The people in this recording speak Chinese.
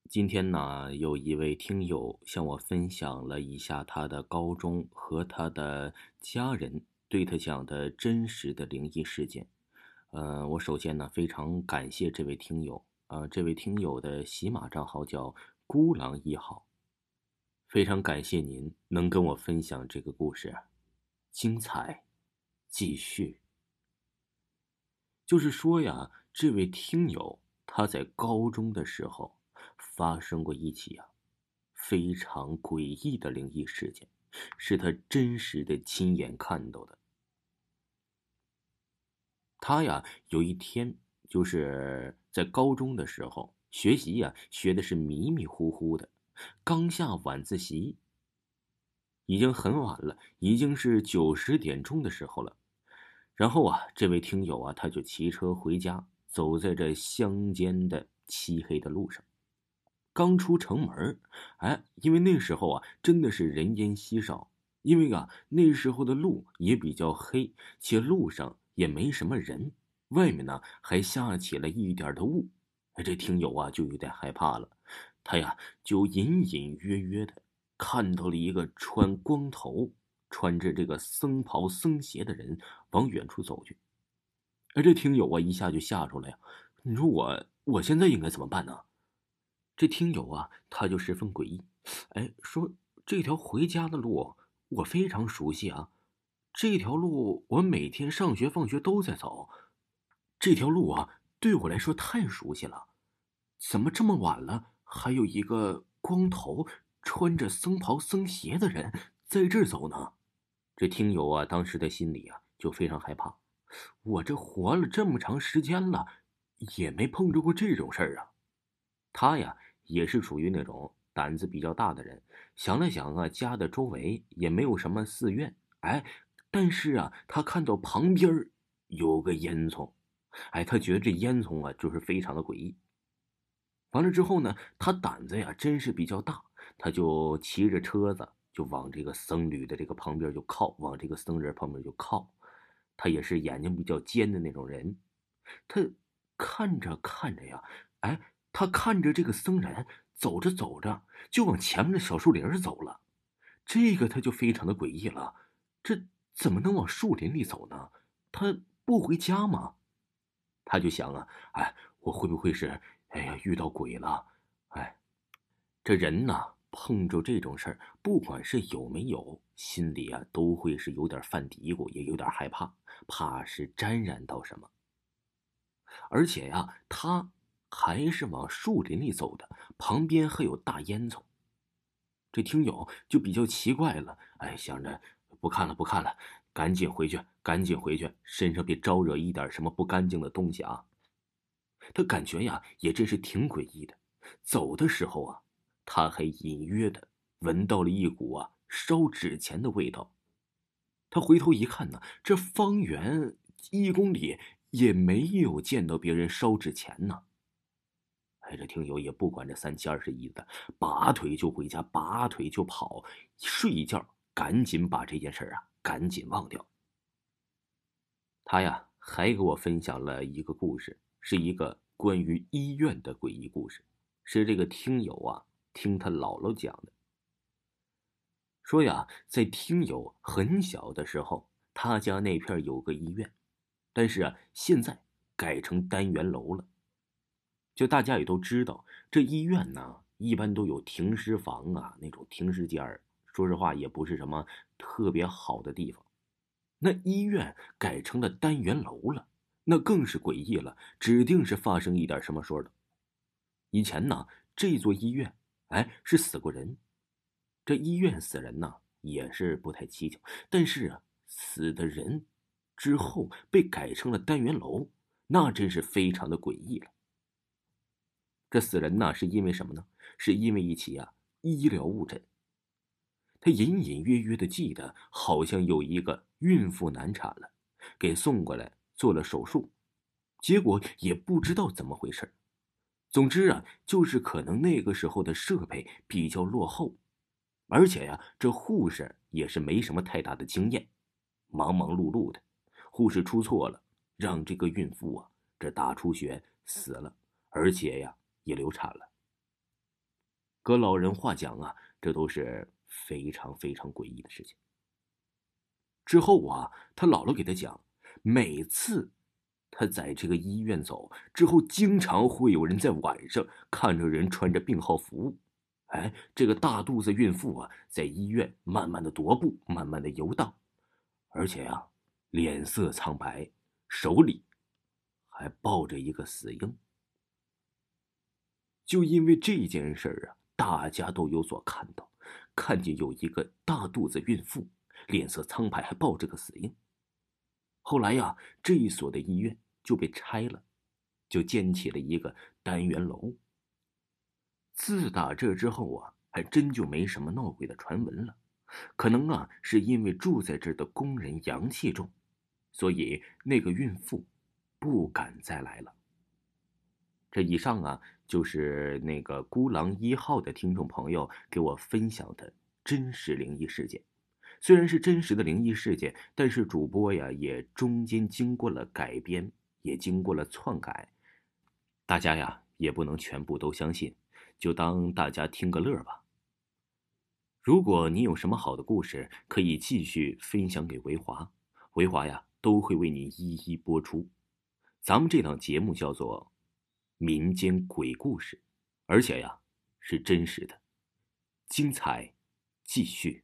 今天呢，有一位听友向我分享了一下他的高中和他的家人对他讲的真实的灵异事件。我首先呢非常感谢这位听友，这位听友的喜马账号叫孤狼一号，非常感谢您能跟我分享这个故事，精彩继续。就是说呀，这位听友他在高中的时候发生过一起非常诡异的灵异事件，是他真实的亲眼看到的。他呀有一天就是在高中的时候学习学的是迷迷糊糊的，刚下晚自习，已经很晚了，已经是9、10点钟的时候了。然后这位听友他就骑车回家，走在这乡间的漆黑的路上。刚出城门，因为那时候真的是人烟稀少，因为那时候的路也比较黑，且路上也没什么人，外面呢还下起了一点的雾。这听友就有点害怕了，他就隐隐约约的看到了一个穿光头、穿着这个僧袍僧鞋的人往远处走去。这听友一下就吓住了呀，你说我现在应该怎么办呢？这听友他就十分诡异，说这条回家的路我非常熟悉这条路我每天上学放学都在走，这条路对我来说太熟悉了，怎么这么晚了还有一个光头穿着僧袍僧鞋的人在这儿走呢？这听友当时的心里就非常害怕，我这活了这么长时间了，也没碰着过这种事儿他也是属于那种胆子比较大的人，想了想家的周围也没有什么寺院，但是他看到旁边有个烟囱，他觉得这烟囱就是非常的诡异。完了之后呢，他胆子真是比较大，他就骑着车子就往这个僧侣的这个旁边就靠，往这个僧人旁边就靠。他也是眼睛比较尖的那种人，他看着看着他看着这个僧人走着走着就往前面的小树林走了，这个他就非常的诡异了，这怎么能往树林里走呢？他不回家吗？他就想我会不会是遇到鬼了？这人呐碰着这种事儿，不管是有没有，心里都会是有点犯嘀咕，也有点害怕，怕是沾染到什么。而且他还是往树林里走的，旁边还有大烟囱。这听友就比较奇怪了，想着不看了不看了，赶紧回去，赶紧回去，身上别招惹一点什么不干净的东西他感觉也真是挺诡异的。走的时候他还隐约的闻到了一股烧纸钱的味道。他回头一看呢，这方圆1公里也没有见到别人烧纸钱呢。这听友也不管这3七21的，拔腿就回家，拔腿就跑，睡一觉赶紧把这件事赶紧忘掉。他还给我分享了一个故事，是一个关于医院的诡异故事，是这个听友听他姥姥讲的。说在听友很小的时候，他家那片有个医院，但是现在改成单元楼了。就大家也都知道，这医院呢一般都有停尸房那种停尸间说实话也不是什么特别好的地方。那医院改成了单元楼了，那更是诡异了，指定是发生一点什么说的。以前呢，这座医院是死过人，这医院死人呢也是不太蹊跷，但是死的人之后被改成了单元楼，那真是非常的诡异了。这死人呢是因为什么呢？是因为一起医疗误诊。他隐隐约约的记得，好像有一个孕妇难产了，给送过来做了手术，结果也不知道怎么回事。总之就是可能那个时候的设备比较落后，而且这护士也是没什么太大的经验，忙忙碌碌的，护士出错了，让这个孕妇这大出血死了，而且也流产了。 搁老人话讲啊，这都是非常非常诡异的事情。之后啊，他姥姥给他讲，每次他在这个医院走之后，经常会有人在晚上看着人穿着病号服，哎，这个大肚子孕妇啊，在医院慢慢的踱步，慢慢的游荡，而且啊，脸色苍白，手里还抱着一个死婴。就因为这件事儿啊，大家都有所看到，看见有一个大肚子孕妇，脸色苍白，还抱着个死婴。后来呀，这一所的医院就被拆了，就建起了一个单元楼。自打这之后啊，还真就没什么闹鬼的传闻了。可能啊，是因为住在这儿的工人阳气重，所以那个孕妇不敢再来了。这以上啊，就是那个孤狼1号的听众朋友给我分享的真实灵异事件。虽然是真实的灵异事件，但是主播呀也中间经过了改编，也经过了篡改，大家呀也不能全部都相信，就当大家听个乐吧。如果你有什么好的故事，可以继续分享给维华，维华呀都会为你一一播出。咱们这档节目叫做民间鬼故事，而且呀是真实的，精彩继续。